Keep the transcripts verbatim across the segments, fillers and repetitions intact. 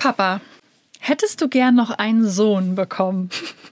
Papa, hättest du gern noch einen Sohn bekommen?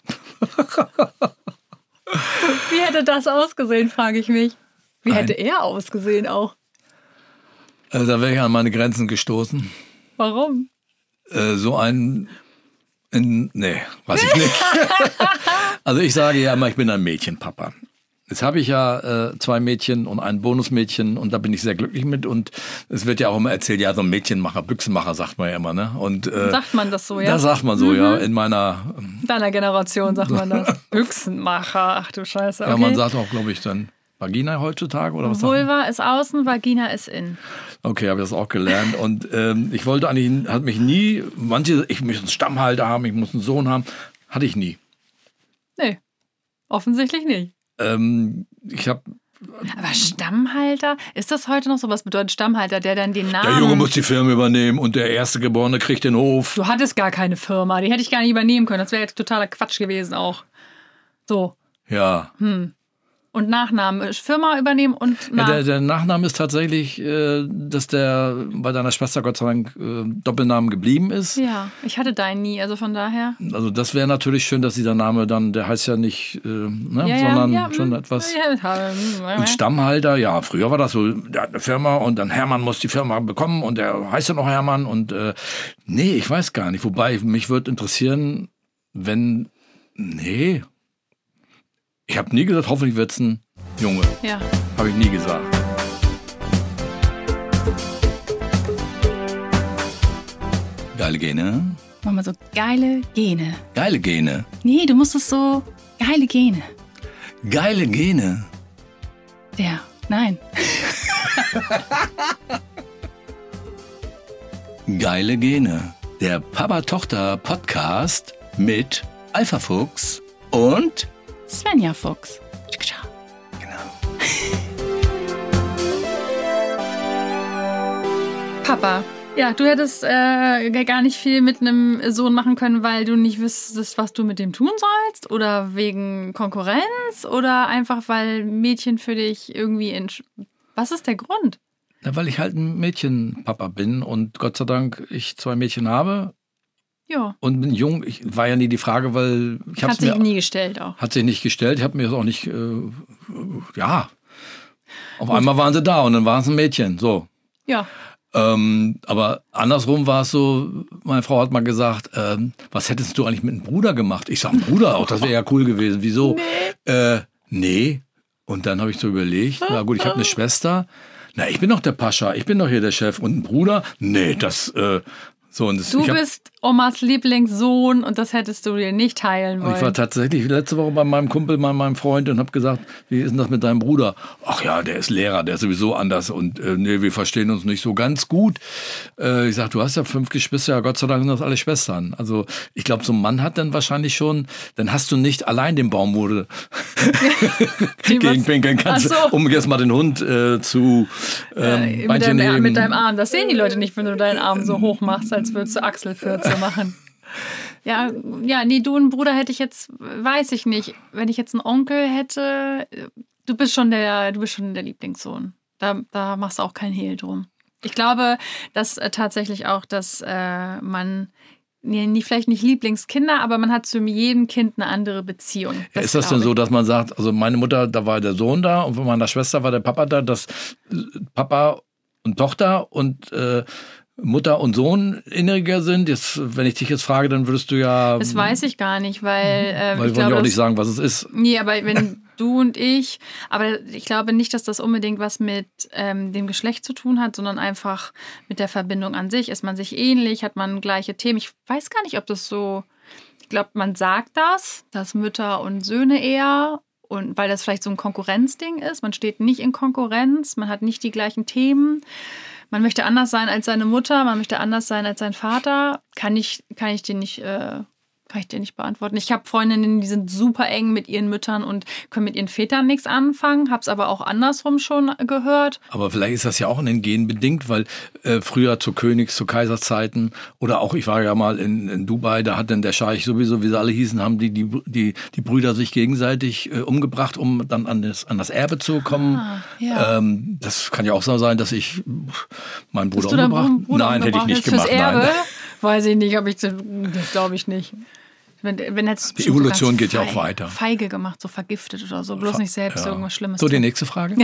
Wie hätte das ausgesehen, frage ich mich. Wie Ein- hätte er ausgesehen auch? Äh, da wäre ich an meine Grenzen gestoßen. Warum? Äh, so ein... In, nee, weiß ich nicht. Also ich sage ja immer, ich bin ein Mädchenpapa. Jetzt habe ich ja äh, zwei Mädchen und ein Bonusmädchen und da bin ich sehr glücklich mit. Und es wird ja auch immer erzählt, ja, so ein Mädchenmacher, Büchsenmacher, sagt man ja immer. Ne? Und, äh, Sagt man das so, ja? Da sagt man so, Mhm. ja. In meiner... Deiner Generation sagt man das. Büchsenmacher, ach du Scheiße. Okay. Ja, man sagt auch, glaube ich, dann Vagina heutzutage oder was sagt man? Vulva ist außen, Vagina ist innen. Okay, habe ich das auch gelernt. Und ähm, ich wollte eigentlich, hat mich nie, manche, ich muss einen Stammhalter haben, ich muss einen Sohn haben, hatte ich nie. Nee, offensichtlich nicht. Ähm, ich habe, Aber Stammhalter, ist das heute noch so? Was bedeutet Stammhalter, der dann den Namen... der Junge muss die Firma übernehmen und der erste Geborene kriegt den Hof. Du hattest gar keine Firma, die hätte ich gar nicht übernehmen können. Das wäre jetzt totaler Quatsch gewesen auch. So, Ja. und Nachnamen. Firma übernehmen und Ja, Nach der, der Nachname ist tatsächlich, äh, dass der bei deiner Schwester Gott sei Dank äh, Doppelnamen geblieben ist. Ja, ich hatte deinen nie, also von daher... Also das wäre natürlich schön, dass dieser Name dann, der heißt ja nicht, äh, ne, Ja, ja, sondern ja, schon mm, etwas... Ja, Ein Stammhalter, ja, früher war das so, der hat eine Firma und dann Hermann muss die Firma bekommen und der heißt ja noch Hermann und äh, nee, ich weiß gar nicht. Wobei, mich würde interessieren, wenn, nee, ich habe nie gesagt, hoffentlich wird's ein Junge. ja. Habe ich nie gesagt. Geile Gene. Mach mal so geile Gene. Geile Gene. Nee, du musst es so geile Gene. Geile Gene. Ja, nein. Geile Gene. Der Papa-Tochter-Podcast mit Alpha Fuchs und Svenja Fuchs. genau. Papa. Ja, du hättest äh, gar nicht viel mit einem Sohn machen können, weil du nicht wüsstest, was du mit dem tun sollst? Oder wegen Konkurrenz? Oder einfach, weil Mädchen für dich irgendwie... In was ist der Grund? Ja, weil ich halt ein Mädchenpapa bin und Gott sei Dank ich zwei Mädchen habe Ja. und bin jung. Ich, war ja nie die Frage, weil ich habe Hat sich mir nie gestellt auch. hat sich nicht gestellt. Ich habe mir das auch nicht, äh, ja. Auf einmal waren sie da und dann waren es ein Mädchen. So. Ja. Ähm, aber andersrum war es so, meine Frau hat mal gesagt, ähm, was hättest du eigentlich mit einem Bruder gemacht? Ich sag, Bruder auch, das wäre ja cool gewesen. Wieso? Nee. Äh, nee. Und dann habe ich so überlegt, na gut, ich habe eine Schwester. Na, ich bin doch der Pascha, ich bin doch hier der Chef. Und ein Bruder? Nee, das, äh, so. Und das, Du ich hab, bist Omas Lieblingssohn und das hättest du dir nicht teilen und wollen. ich war tatsächlich letzte Woche bei meinem Kumpel, bei meinem Freund und habe gesagt, wie ist denn das mit deinem Bruder? Ach ja, der ist Lehrer, der ist sowieso anders und äh, nee, wir verstehen uns nicht so ganz gut. Äh, ich sag, du hast ja fünf Geschwister, ja Gott sei Dank sind das alle Schwestern. Also ich glaube, so ein Mann hat dann wahrscheinlich schon, dann hast du nicht allein den Baum, wo du gegenpinkeln kannst, Ach so. um jetzt mal den Hund äh, zu ähm, äh, mit, Beinchen deinem, heben. mit deinem Arm. Das sehen die Leute nicht, wenn du deinen Arm so hoch machst, als würdest du Achselfürze machen. Ja, ja, nee, du einen Bruder hätte ich jetzt, weiß ich nicht. Wenn ich jetzt einen Onkel hätte, du bist schon der, du bist schon der Lieblingssohn. Da, da machst du auch kein Hehl drum. Ich glaube, dass äh, tatsächlich auch, dass äh, man, nee, nie, vielleicht nicht Lieblingskinder, aber man hat zu jedem Kind eine andere Beziehung. Das ist das denn glaube so, dass man sagt, also meine Mutter, da war der Sohn da und von meiner Schwester war der Papa da, dass Papa und Tochter und äh, Mutter und Sohn inniger sind? Jetzt, wenn ich dich jetzt frage, dann würdest du ja... Das weiß ich gar nicht, weil... weil Ähm, ich wir wollen glaube, ja auch das- nicht sagen, was es ist. Nee, aber wenn du und ich, aber ich glaube nicht, dass das unbedingt was mit ähm, dem Geschlecht zu tun hat, sondern einfach mit der Verbindung an sich. Ist man sich ähnlich, hat man gleiche Themen. Ich weiß gar nicht, ob das so, ich glaube, man sagt das, dass Mütter und Söhne eher, und weil das vielleicht so ein Konkurrenzding ist. Man steht nicht in Konkurrenz, man hat nicht die gleichen Themen. Man möchte anders sein als seine Mutter, man möchte anders sein als sein Vater. Kann ich, kann ich dir nicht, äh, kann ich dir nicht beantworten. Ich habe Freundinnen, die sind super eng mit ihren Müttern und können mit ihren Vätern nichts anfangen. Habe es aber auch andersrum schon gehört. Aber vielleicht ist das ja auch in den Genen bedingt, weil äh, früher zu Königs-, zu Kaiserzeiten oder auch, ich war ja mal in, in Dubai, da hat dann der Scheich sowieso, wie sie alle hießen, haben die, die, die, die Brüder sich gegenseitig äh, umgebracht, um dann an das, an das Erbe zu kommen. Ah, ja. ähm, das kann ja auch so sein, dass ich meinen Bruder Hast du deinen umgebracht Bruder Nein, hätte ich umgebracht nicht fürs gemacht. Erbe? Nein. Weiß ich nicht, ob ich das, das glaube ich nicht. Wenn, wenn jetzt die Evolution so geht feige, ja auch weiter. Feige gemacht, so vergiftet oder so. Bloß nicht selbst ja. irgendwas Schlimmes. So, die tun. nächste Frage.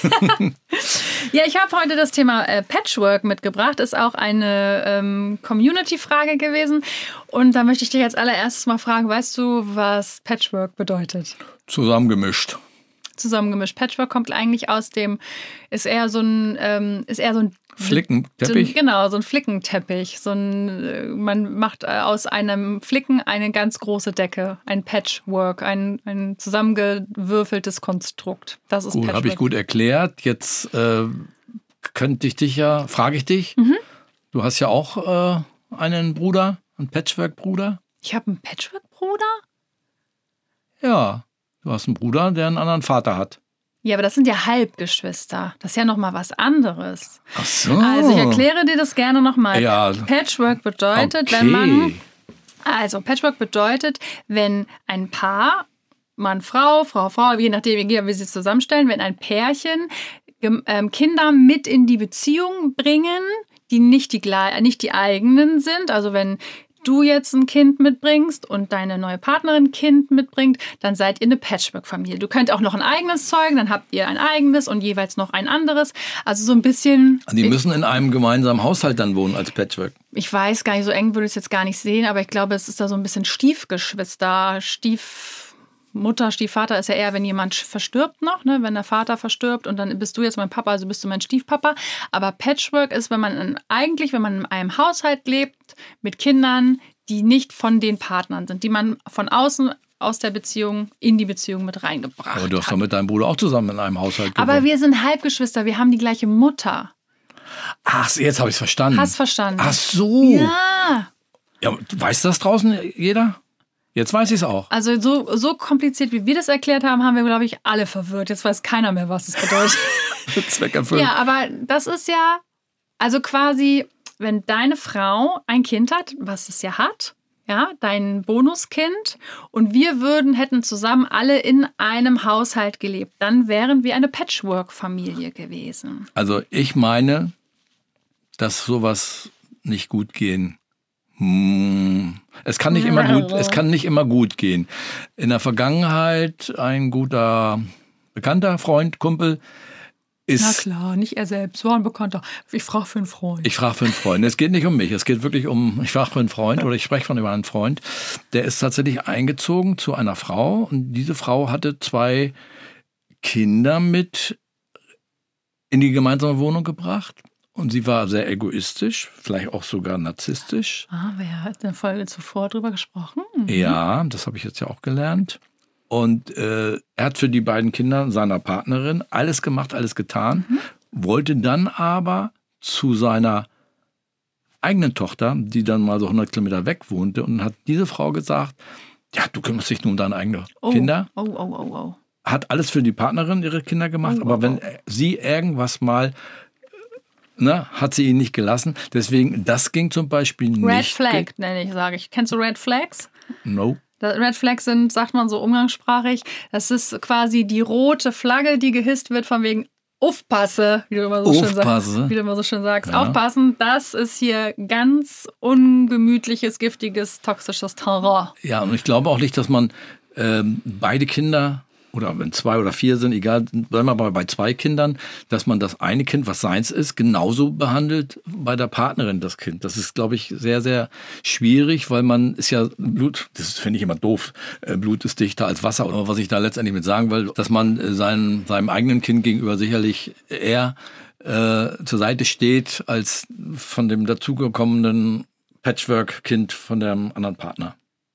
Ja, ich habe heute das Thema äh, Patchwork mitgebracht. Ist auch eine ähm, Community-Frage gewesen. Und da möchte ich dich als allererstes mal fragen, weißt du, was Patchwork bedeutet? Zusammengemischt. Zusammengemischt. Patchwork kommt eigentlich aus dem, ist eher so ein, ähm, ist eher so ein Flickenteppich? So, genau, so ein Flickenteppich. So ein, man macht aus einem Flicken eine ganz große Decke. Ein Patchwork, ein, ein zusammengewürfeltes Konstrukt. Das ist Gut, Patchwork. habe ich gut erklärt. Jetzt äh, könnte ich dich ja, frage ich dich, mhm. du hast ja auch äh, einen Bruder, einen Patchwork-Bruder. Ich habe einen Patchwork-Bruder? Ja, du hast einen Bruder, der einen anderen Vater hat. Ja, aber das sind ja Halbgeschwister. Das ist ja nochmal was anderes. Ach so. Also ich erkläre dir das gerne nochmal. Ja. Patchwork bedeutet, okay. wenn man... Also Patchwork bedeutet, wenn ein Paar, Mann, Frau, Frau, Frau, je nachdem, wie sie es zusammenstellen, wenn ein Pärchen ähm, Kinder mit in die Beziehung bringen, die nicht die, nicht die eigenen sind. Also wenn du jetzt ein Kind mitbringst und deine neue Partnerin ein Kind mitbringt, dann seid ihr eine Patchwork-Familie. Du könnt auch noch ein eigenes zeugen, dann habt ihr ein eigenes und jeweils noch ein anderes. Also so ein bisschen... Die müssen in einem gemeinsamen Haushalt dann wohnen als Patchwork. Ich weiß gar nicht, so eng würde ich es jetzt gar nicht sehen, aber ich glaube, es ist da so ein bisschen Stiefgeschwister, Stiefmutter, Stiefvater ist ja eher, wenn jemand verstirbt noch, ne? Wenn der Vater verstirbt und dann bist du jetzt mein Papa, also bist du mein Stiefpapa. Aber Patchwork ist, wenn man in, eigentlich, wenn man in einem Haushalt lebt mit Kindern, die nicht von den Partnern sind, die man von außen aus der Beziehung in die Beziehung mit reingebracht hat. Aber du hast doch mit deinem Bruder auch zusammen in einem Haushalt gewohnt. Aber wir sind Halbgeschwister, wir haben die gleiche Mutter. Ach, jetzt habe ich es verstanden. Hast verstanden. Ach so. Ja. Ja, weiß das draußen jeder? Jetzt weiß ich es auch. Also so, so kompliziert, wie wir das erklärt haben, haben wir, glaube ich, alle verwirrt. Jetzt weiß keiner mehr, was es bedeutet. Zweck erfüllt. Ja, aber das ist ja, also quasi, wenn deine Frau ein Kind hat, was es ja hat, ja, dein Bonuskind, und wir würden, hätten zusammen alle in einem Haushalt gelebt, dann wären wir eine Patchwork-Familie gewesen. Also ich meine, dass sowas nicht gut gehen. Hm. Es kann nicht immer gut, es kann nicht immer gut gehen. In der Vergangenheit ein guter Bekannter, Freund, Kumpel ist... Na klar, nicht er selbst, war ein Bekannter. Ich frage für einen Freund. Ich frage für einen Freund. Es geht nicht um mich, es geht wirklich um, ich frage für einen Freund oder ich spreche von über einen Freund. Der ist tatsächlich eingezogen zu einer Frau und diese Frau hatte zwei Kinder mit in die gemeinsame Wohnung gebracht. Und sie war sehr egoistisch, vielleicht auch sogar narzisstisch. Ah, wer hat in der Folge zuvor drüber gesprochen? Mhm. Ja, das habe ich jetzt ja auch gelernt. Und äh, er hat für die beiden Kinder seiner Partnerin alles gemacht, alles getan, mhm. wollte dann aber zu seiner eigenen Tochter, die dann mal so hundert Kilometer weg wohnte, und hat diese Frau gesagt, ja, du kümmerst dich nur um deine eigenen oh. Kinder. Oh, oh, oh, oh. Hat alles für die Partnerin, ihre Kinder gemacht, oh, aber oh, wenn oh. sie irgendwas mal... Ne, hat sie ihn nicht gelassen. Deswegen, das ging zum Beispiel nicht. Red Flag nenne ich, sage ich. Kennst du Red Flags? No. Red Flags sind, sagt man so umgangssprachig, das ist quasi die rote Flagge, die gehisst wird von wegen aufpasse, wie du immer so, schön, sag, wie du immer so schön sagst. Ja. Aufpassen, das ist hier ganz ungemütliches, giftiges, toxisches Terror. Ja, und ich glaube auch nicht, dass man ähm, beide Kinder... oder wenn zwei oder vier sind, egal, bleiben wir mal bei zwei Kindern, dass man das eine Kind, was seins ist, genauso behandelt bei der Partnerin das Kind. Das ist, glaube ich, sehr, sehr schwierig, weil man ist ja, Blut, das finde ich immer doof, Blut ist dichter als Wasser. Oder was ich da letztendlich mit sagen will, dass man seinem, seinem eigenen Kind gegenüber sicherlich eher äh, zur Seite steht, als von dem dazugekommenen Patchwork-Kind von dem anderen Partner.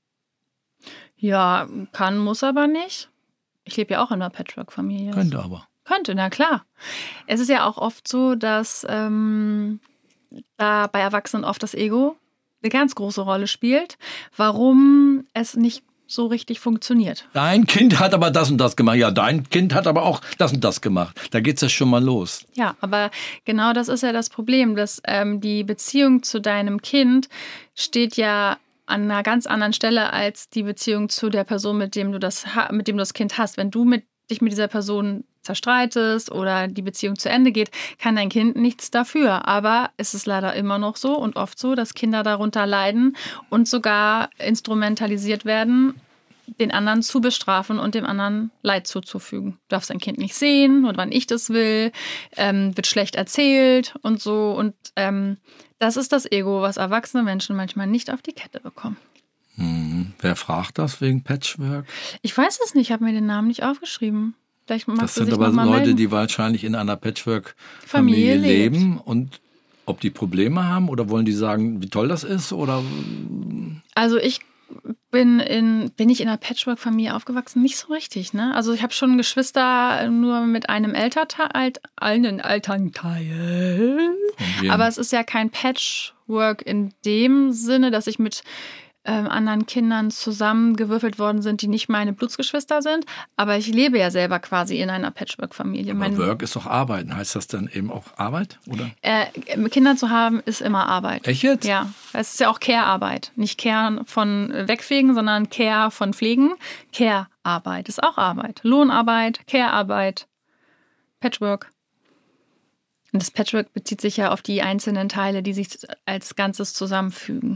Ja, kann, muss aber nicht. Ich lebe ja auch in einer Patchwork-Familie. Könnte aber. Könnte, na klar. Es ist ja auch oft so, dass ähm, da bei Erwachsenen oft das Ego eine ganz große Rolle spielt, warum es nicht so richtig funktioniert. Dein Kind hat aber das und das gemacht. Ja, dein Kind hat aber auch das und das gemacht. Da geht's ja schon mal los. Ja, aber genau das ist ja das Problem, dass ähm, die Beziehung zu deinem Kind steht ja an einer ganz anderen Stelle als die Beziehung zu der Person, mit dem du das, mit dem du das Kind hast. Wenn du mit, dich mit dieser Person zerstreitest oder die Beziehung zu Ende geht, kann dein Kind nichts dafür. Aber es ist leider immer noch so und oft so, dass Kinder darunter leiden und sogar instrumentalisiert werden, den anderen zu bestrafen und dem anderen Leid zuzufügen. Du darfst dein Kind nicht sehen und wann ich das will, ähm, wird schlecht erzählt und so. Und ähm, das ist das Ego, was erwachsene Menschen manchmal nicht auf die Kette bekommen. Hm. Wer fragt das wegen Patchwork? Ich weiß es nicht, ich habe mir den Namen nicht aufgeschrieben. Vielleicht magst Das du sind sich aber noch mal Leute, melden. die wahrscheinlich in einer Patchwork-Familie Familie lebt. leben und ob die Probleme haben oder wollen die sagen, wie toll das ist oder Also ich bin in bin ich in einer Patchwork-Familie aufgewachsen, nicht so richtig, ne? Also ich habe schon Geschwister nur mit einem Elternteil, alt, einen Elternteil. wem? Aber es ist ja kein Patchwork in dem Sinne, dass ich mit ähm, anderen Kindern zusammengewürfelt worden sind, die nicht meine Blutsgeschwister sind. Aber ich lebe ja selber quasi in einer Patchwork-Familie. Aber Mein, Work ist doch Arbeiten. Heißt das dann eben auch Arbeit? Oder? äh, Kinder zu haben ist immer Arbeit. Echt jetzt? Ja, es ist ja auch Care-Arbeit. Nicht Care von wegfegen, sondern Care von pflegen. Care-Arbeit ist auch Arbeit. Lohnarbeit, Care-Arbeit, Patchwork. Und das Patchwork bezieht sich ja auf die einzelnen Teile, die sich als Ganzes zusammenfügen.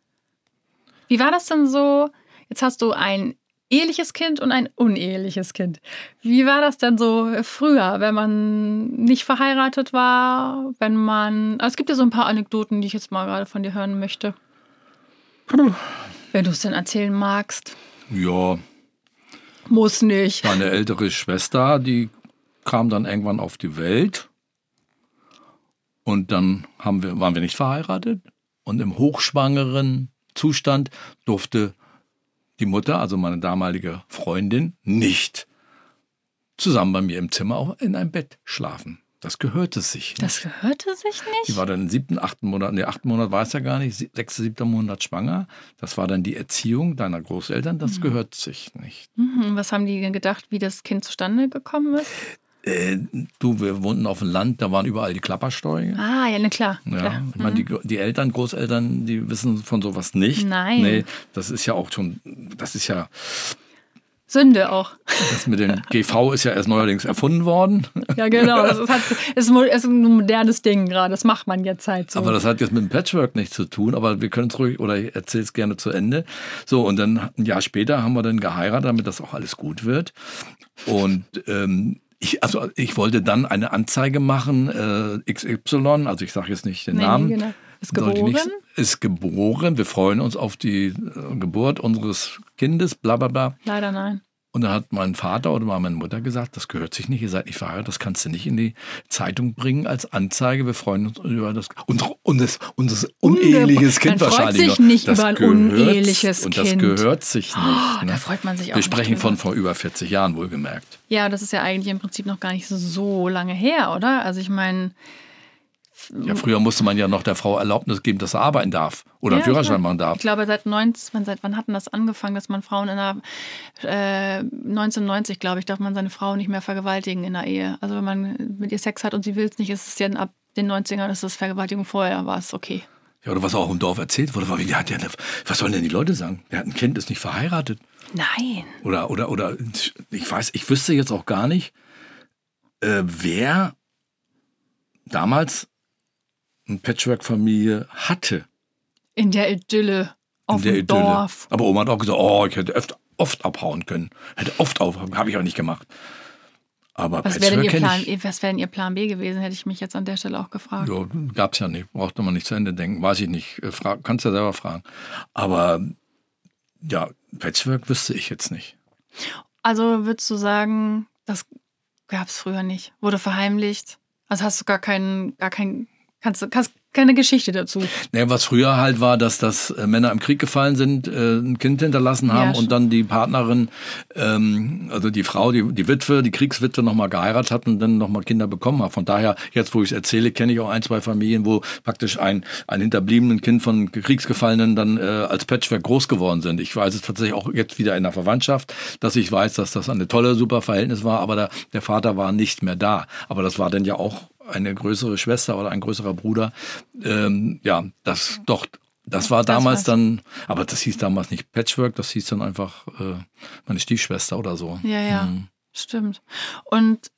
Wie war das denn so? Jetzt hast du ein eheliches Kind und ein uneheliches Kind. Wie war das denn so früher, wenn man nicht verheiratet war, wenn man... Also es gibt ja so ein paar Anekdoten, die ich jetzt mal gerade von dir hören möchte. Wenn du es denn erzählen magst. Ja, Muss nicht. meine ältere Schwester, die kam dann irgendwann auf die Welt. Und dann haben wir, waren wir nicht verheiratet. Und im hochschwangeren Zustand durfte die Mutter, also meine damalige Freundin, nicht zusammen bei mir im Zimmer auch in einem Bett schlafen. Das gehörte sich nicht. Das gehörte sich Die nicht? war dann im siebten, achten Monat, nee, achten Monat war es ja gar nicht, sechster, siebter Monat schwanger. Das war dann die Erziehung deiner Großeltern, das gehört sich nicht. Mhm. Was haben die denn gedacht, wie das Kind zustande gekommen ist? Äh, du, wir wohnten auf dem Land, da waren überall die Klappersteuche. Ah, ja, ne, klar. Ja, klar. ich meine, die, die Eltern, Großeltern, die wissen von sowas nicht. Nein. Nee, das ist ja auch schon, das ist ja, Sünde auch. das mit dem G V ist ja erst neuerdings erfunden worden. Ja, genau. Das ist, hat, ist, mo- ist ein modernes Ding gerade. Das macht man jetzt halt so. Aber das hat jetzt mit dem Patchwork nichts zu tun, aber wir können es ruhig, oder ich erzähle es gerne zu Ende. So, und dann ein Jahr später haben wir dann geheiratet, damit das auch alles gut wird. Und ähm, ich, also ich wollte dann eine Anzeige machen, äh, X Y, also ich sage jetzt nicht den Nee, Namen. genau. Ist Sollte ich geboren? Nicht, ist geboren. Wir freuen uns auf die äh, Geburt unseres Kindes, bla bla bla. Leider nein. Und dann hat mein Vater oder meine Mutter gesagt, das gehört sich nicht, ihr seid nicht verheiratet, das kannst du nicht in die Zeitung bringen als Anzeige. Wir freuen uns über das unsere, unseres, unseres uneheliches Kind Man freut wahrscheinlich. sich noch. nicht Das über ein gehört- uneheliches Und das Kind. gehört sich nicht. Oh, ne? da freut man sich auch Wir nicht sprechen von drüber. vor über vierzig Jahren, wohlgemerkt. Ja, das ist ja eigentlich im Prinzip noch gar nicht so lange her, oder? Also ich meine, Ja, früher musste man ja noch der Frau Erlaubnis geben, dass sie arbeiten darf oder einen Ja, Führerschein ich machen darf. ich glaube, seit neunzehn, seit wann hat denn das angefangen, dass man Frauen in der äh, neunzehnhundertneunzig, glaube ich, darf man seine Frau nicht mehr vergewaltigen in der Ehe. Also wenn man mit ihr Sex hat und sie will es nicht, ist es ja ab den neunzigern ist das Vergewaltigung, vorher war es okay. Ja, oder was auch im Dorf erzählt wurde, war, der hat ja eine, was sollen denn die Leute sagen? Der hat ein Kind, ist nicht verheiratet. Nein. Oder, oder, oder, ich weiß, ich wüsste jetzt auch gar nicht, äh, wer damals eine Patchwork-Familie hatte. In der Idylle auf in der dem Idylle. Dorf. Aber Oma hat auch gesagt, oh, ich hätte öfter, oft abhauen können. Hätte oft abhauen, habe ich aber nicht gemacht. Aber Was wäre denn Patchwork ihr kenne Plan, ich. was wäre denn ihr Plan B gewesen, hätte ich mich jetzt an der Stelle auch gefragt. Ja, gab's ja nicht, brauchte man nicht zu Ende denken, weiß ich nicht. Äh, Frag, kannst ja selber fragen. Aber ja, Patchwork wüsste ich jetzt nicht. Also würdest du sagen, das gab es früher nicht, wurde verheimlicht? Also hast du gar keinen, gar keinen, kannst du, kannst keine Geschichte dazu. Naja, was früher halt war, dass das äh, Männer im Krieg gefallen sind, äh, ein Kind hinterlassen haben Ja, und dann die Partnerin, ähm, also die Frau, die, die Witwe, die Kriegswitwe nochmal geheiratet hat und dann nochmal Kinder bekommen hat. Von daher, jetzt wo ich es erzähle, kenne ich auch ein, zwei Familien, wo praktisch ein, ein hinterbliebenen Kind von Kriegsgefallenen dann äh, als Patchwork groß geworden sind. Ich weiß es tatsächlich auch jetzt wieder in der Verwandtschaft, dass ich weiß, dass das eine tolle, super Verhältnis war, aber der, der Vater war nicht mehr da. Aber das war dann ja auch eine größere Schwester oder ein größerer Bruder. Ähm, ja, das doch, das war Das damals war's. dann, aber das hieß damals nicht Patchwork, das hieß dann einfach äh, meine Stiefschwester oder so. Ja, ja, Hm. stimmt. Und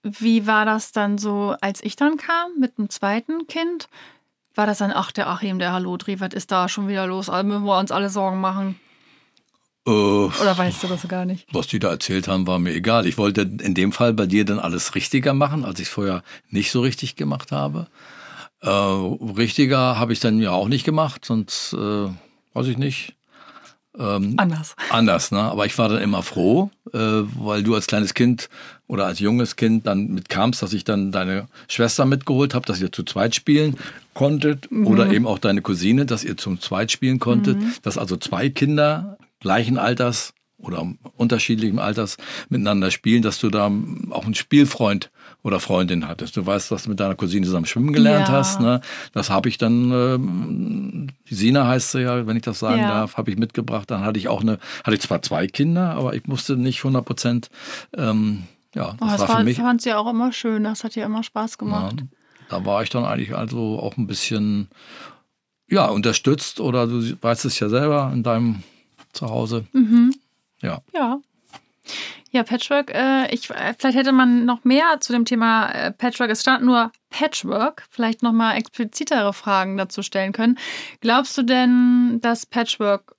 wie war das dann so, als ich dann kam mit dem zweiten Kind? War das dann, ach, der Achim, der Hallodri, was ist da schon wieder los? Also müssen wir uns alle Sorgen machen? Äh, Oder weißt du das gar nicht? Was die da erzählt haben, war mir egal. Ich wollte in dem Fall bei dir dann alles richtiger machen, als ich es vorher nicht so richtig gemacht habe. Äh, richtiger habe ich dann ja auch nicht gemacht, sonst äh, weiß ich nicht. Ähm, anders. Anders, ne? Aber ich war dann immer froh, äh, weil du als kleines Kind oder als junges Kind dann mitkamst, dass ich dann deine Schwester mitgeholt habe, dass ihr zu zweit spielen konntet mhm. oder eben auch deine Cousine, dass ihr zum zweit spielen konntet, mhm. dass also zwei Kinder gleichen Alters oder unterschiedlichen Alters miteinander spielen, dass du da auch einen Spielfreund oder Freundin hattest. Du weißt, dass du mit deiner Cousine zusammen schwimmen gelernt ja. hast. Ne? Das habe ich dann, ähm, die Sina heißt sie ja, wenn ich das sagen ja. darf, habe ich mitgebracht. Dann hatte ich auch eine, hatte ich zwar zwei Kinder, aber ich musste nicht hundert Prozent, ähm, ja, das, oh, das war war für mich. Das fand sie ja auch immer schön, das hat ja immer Spaß gemacht. Ja, da war ich dann eigentlich also auch ein bisschen, ja, unterstützt oder du weißt es ja selber in deinem Zuhause. Mhm. Ja. Ja. Ja, Patchwork, äh, ich, vielleicht hätte man noch mehr zu dem Thema äh, Patchwork, es stand nur Patchwork, vielleicht noch mal explizitere Fragen dazu stellen können. Glaubst du denn, dass Patchwork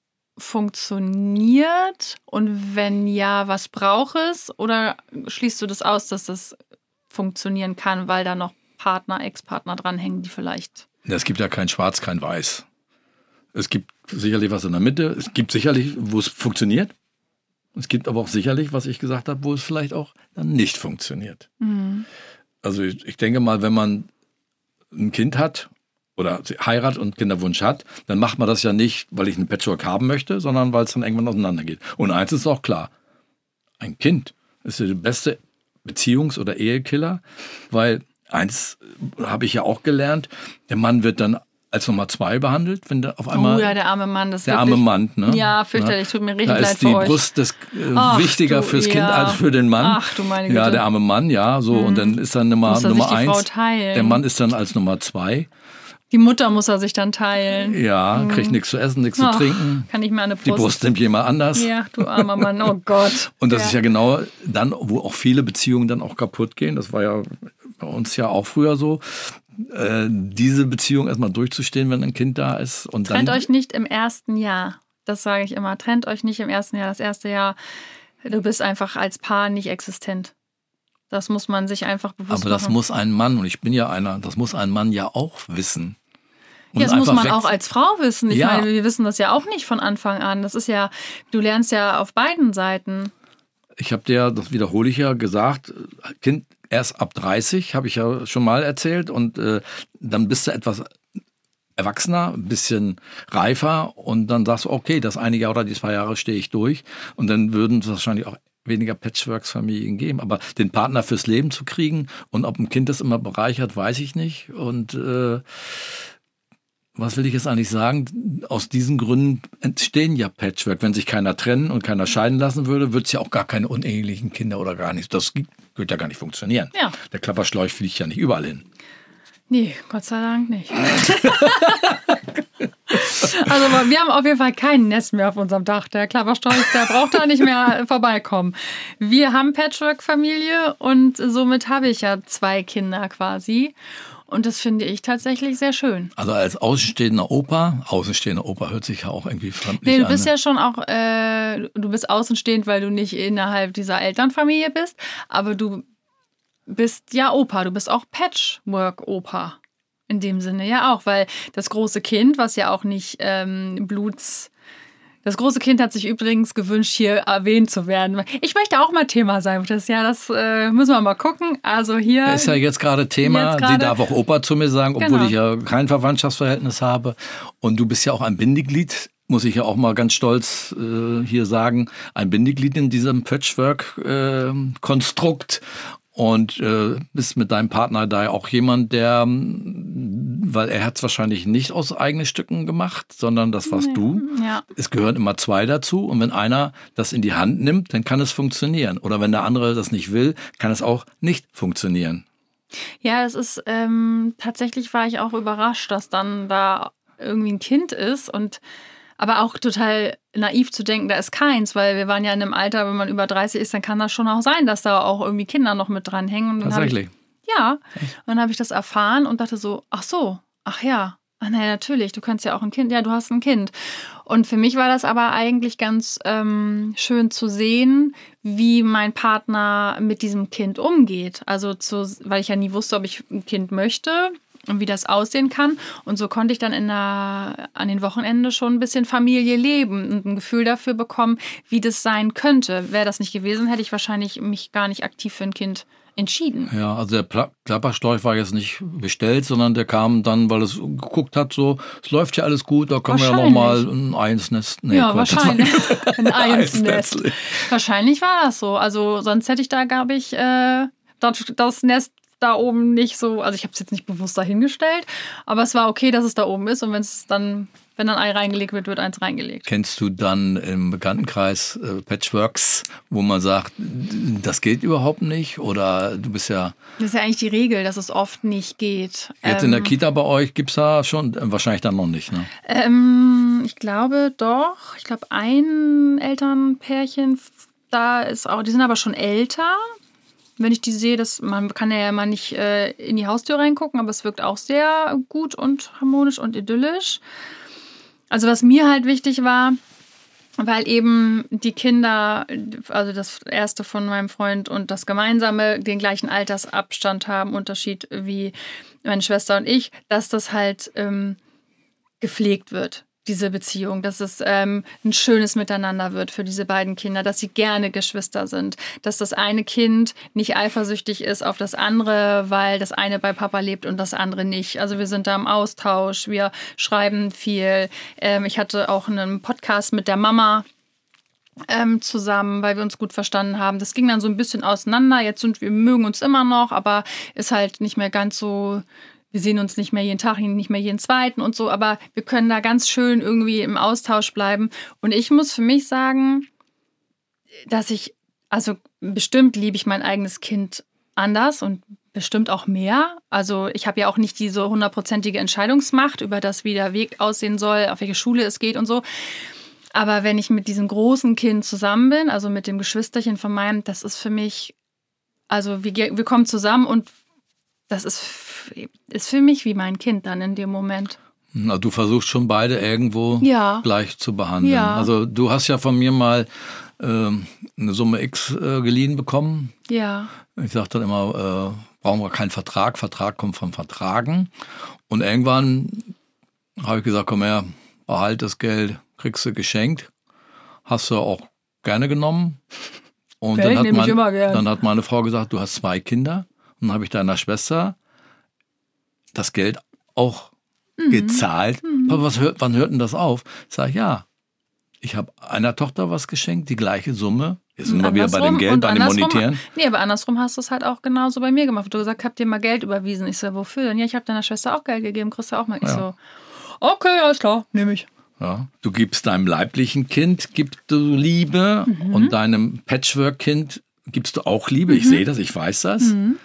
funktioniert? Und wenn ja, was braucht es? Oder schließt du das aus, dass das funktionieren kann, weil da noch Partner, Ex-Partner dranhängen, die vielleicht... Es gibt ja kein Schwarz, kein Weiß. Es gibt sicherlich was in der Mitte. Es gibt sicherlich, wo es funktioniert. Es gibt aber auch sicherlich, was ich gesagt habe, wo es vielleicht auch dann nicht funktioniert. Mhm. Also ich, ich denke mal, wenn man ein Kind hat oder heiratet und Kinderwunsch hat, dann macht man das ja nicht, weil ich einen Patchwork haben möchte, sondern weil es dann irgendwann auseinandergeht. Und eins ist auch klar, ein Kind ist der beste Beziehungs- oder Ehekiller, weil eins habe ich ja auch gelernt, der Mann wird dann als Nummer zwei behandelt, wenn der auf einmal... Oh ja, der arme Mann. Das der wirklich, arme Mann, ne? Ja, fürchterlich, tut mir richtig da leid ist die für euch. Brust des, äh, Ach, wichtiger du, fürs ja. Kind als für den Mann. Ach du meine Güte. Ja, der arme Mann, ja, so. Mhm. Und dann ist dann Nummer, muss er Nummer sich die eins. Frau teilen. Der Mann ist dann als Nummer zwei. Die Mutter muss er sich dann teilen. Ja, mhm. kriegt nichts zu essen, nichts zu trinken. Kann ich mir eine Brust... Die Brust nimmt jemand anders. Ja, du armer Mann, oh Gott. Und das ja. ist ja genau dann, wo auch viele Beziehungen dann auch kaputt gehen. Das war ja bei uns ja auch früher so. Äh, diese Beziehung erstmal durchzustehen, wenn ein Kind da ist. Und Trennt dann, euch nicht im ersten Jahr. Das sage ich immer. Trennt euch nicht im ersten Jahr. Das erste Jahr, du bist einfach als Paar nicht existent. Das muss man sich einfach bewusst machen. Aber das muss ein Mann, und ich bin ja einer, das muss ein Mann ja auch wissen. Und ja, das muss man weg- auch als Frau wissen. Ich Ja. meine, wir wissen das ja auch nicht von Anfang an. Das ist ja, du lernst ja auf beiden Seiten. Ich habe dir, das wiederhole ich ja, gesagt, Kind erst ab dreißig, habe ich ja schon mal erzählt. Und äh, dann bist du etwas erwachsener, ein bisschen reifer. Und dann sagst du, okay, das eine Jahr oder die zwei Jahre stehe ich durch. Und dann würden es wahrscheinlich auch weniger Patchworks-Familien geben. Aber den Partner fürs Leben zu kriegen und ob ein Kind das immer bereichert, weiß ich nicht. Und äh, was will ich jetzt eigentlich sagen? Aus diesen Gründen entstehen ja Patchwork. Wenn sich keiner trennen und keiner scheiden lassen würde, würde es ja auch gar keine unehelichen Kinder oder gar nichts. Das wird ja gar nicht funktionieren. Ja. Der Klapperschlauch fliegt ja nicht überall hin. Nee, Gott sei Dank nicht. Also wir haben auf jeden Fall kein Nest mehr auf unserem Dach. Der Klapperstorch, der braucht da nicht mehr vorbeikommen. Wir haben Patchwork-Familie und somit habe ich ja zwei Kinder quasi. Und das finde ich tatsächlich sehr schön. Also als außenstehender Opa, außenstehender Opa hört sich ja auch irgendwie fremdlich Nee, du an. bist ne? ja schon auch, äh, du bist außenstehend, weil du nicht innerhalb dieser Elternfamilie bist, aber du bist ja Opa, du bist auch Patchwork-Opa. In dem Sinne ja auch, weil das große Kind, was ja auch nicht ähm, Bluts... Das große Kind hat sich übrigens gewünscht, hier erwähnt zu werden. Ich möchte auch mal Thema sein. Das, ja, das äh, müssen wir mal gucken. Also hier... Ist ja jetzt gerade Thema. Jetzt grade, Sie darf auch Opa zu mir sagen, obwohl genau. ich ja kein Verwandtschaftsverhältnis habe. Und du bist ja auch ein Bindeglied, muss ich ja auch mal ganz stolz äh, hier sagen. Ein Bindeglied in diesem Patchwork-Konstrukt. Äh, Und äh, bist mit deinem Partner da auch jemand, der, weil er hat es wahrscheinlich nicht aus eigenen Stücken gemacht, sondern das warst Nee, du. ja. Es gehören immer zwei dazu. Und wenn einer das in die Hand nimmt, dann kann es funktionieren. Oder wenn der andere das nicht will, kann es auch nicht funktionieren. Ja, es ist ähm, tatsächlich war ich auch überrascht, dass dann da irgendwie ein Kind ist und Aber auch total naiv zu denken, da ist keins, weil wir waren ja in einem Alter, wenn man über dreißig ist, dann kann das schon auch sein, dass da auch irgendwie Kinder noch mit dranhängen. Und dann Tatsächlich? Ich, ja. Echt? Und dann habe ich das erfahren und dachte so, ach so, ach ja. Ach naja, natürlich, du kannst ja auch ein Kind, ja, du hast ein Kind. Und für mich war das aber eigentlich ganz ähm, schön zu sehen, wie mein Partner mit diesem Kind umgeht. Also, zu, weil ich ja nie wusste, ob ich ein Kind möchte und wie das aussehen kann. Und so konnte ich dann in der, an den Wochenenden schon ein bisschen Familie leben und ein Gefühl dafür bekommen, wie das sein könnte. Wäre das nicht gewesen, hätte ich wahrscheinlich mich gar nicht aktiv für ein Kind entschieden. Ja, also der Pla- Klapperstorch war jetzt nicht bestellt, sondern der kam dann, weil es geguckt hat, so, es läuft ja alles gut, da können wir ja nochmal ein Eiensnest. Nee, ja, Quatsch, wahrscheinlich. Ein Eiensnest. Wahrscheinlich war das so. Also sonst hätte ich da, glaube ich, äh, das, das Nest da oben nicht so, also ich habe es jetzt nicht bewusst dahingestellt, aber es war okay, dass es da oben ist und wenn es dann, wenn ein Ei reingelegt wird, wird eins reingelegt. Kennst du dann im Bekanntenkreis äh, Patchworks, wo man sagt, das geht überhaupt nicht oder du bist ja... Das ist ja eigentlich die Regel, dass es oft nicht geht. Jetzt ähm, in der Kita bei euch gibt es da schon, äh, wahrscheinlich dann noch nicht, ne? Ähm, ich glaube doch, ich glaube ein Elternpärchen, da ist auch, die sind aber schon älter. Wenn ich die sehe, das, man kann ja mal nicht äh, in die Haustür reingucken, aber es wirkt auch sehr gut und harmonisch und idyllisch. Also was mir halt wichtig war, weil eben die Kinder, also das erste von meinem Freund und das gemeinsame, den gleichen Altersabstand haben, Unterschied wie meine Schwester und ich, dass das halt ähm, gepflegt wird. Diese Beziehung, dass es ähm, ein schönes Miteinander wird für diese beiden Kinder, dass sie gerne Geschwister sind, dass das eine Kind nicht eifersüchtig ist auf das andere, weil das eine bei Papa lebt und das andere nicht. Also wir sind da im Austausch, wir schreiben viel. Ähm, ich hatte auch einen Podcast mit der Mama ähm, zusammen, weil wir uns gut verstanden haben. Das ging dann so ein bisschen auseinander. Jetzt sind wir, mögen uns immer noch, aber ist halt nicht mehr ganz so... Wir sehen uns nicht mehr jeden Tag, nicht mehr jeden zweiten und so, aber wir können da ganz schön irgendwie im Austausch bleiben. Und ich muss für mich sagen, dass ich, also bestimmt liebe ich mein eigenes Kind anders und bestimmt auch mehr. Also ich habe ja auch nicht diese hundertprozentige Entscheidungsmacht über das, wie der Weg aussehen soll, auf welche Schule es geht und so. Aber wenn ich mit diesem großen Kind zusammen bin, also mit dem Geschwisterchen von meinem, das ist für mich, also wir, wir kommen zusammen und das ist, ist für mich wie mein Kind dann in dem Moment. Na, du versuchst schon beide irgendwo ja. gleich zu behandeln. Ja. Also du hast ja von mir mal äh, eine Summe X äh, geliehen bekommen. Ja. Ich sage dann immer, äh, brauchen wir keinen Vertrag. Vertrag kommt vom Vertragen. Und irgendwann habe ich gesagt, komm her, behalt das Geld, kriegst du geschenkt. Hast du auch gerne genommen. Und Geld dann, hat nehme mein, ich immer gern. Dann hat meine Frau gesagt, du hast zwei Kinder. Und dann habe ich deiner Schwester das Geld auch mhm. gezahlt. Mhm. Aber was hört, wann hört denn das auf? Sag ich, ja, ich habe einer Tochter was geschenkt, die gleiche Summe. Jetzt sind wir wieder bei dem Geld, bei dem Monetären. Nee, aber andersrum hast du es halt auch genauso bei mir gemacht. Du hast gesagt, habt ihr mal Geld überwiesen? Ich so, wofür denn? Ja, ich habe deiner Schwester auch Geld gegeben, kriegst du auch mal. Ich ja. so, okay, alles klar, nehme ich. Ja, du gibst deinem leiblichen Kind gibst du Liebe mhm. und deinem Patchwork-Kind gibst du auch Liebe. Mhm. Ich sehe das, ich weiß das. Mhm.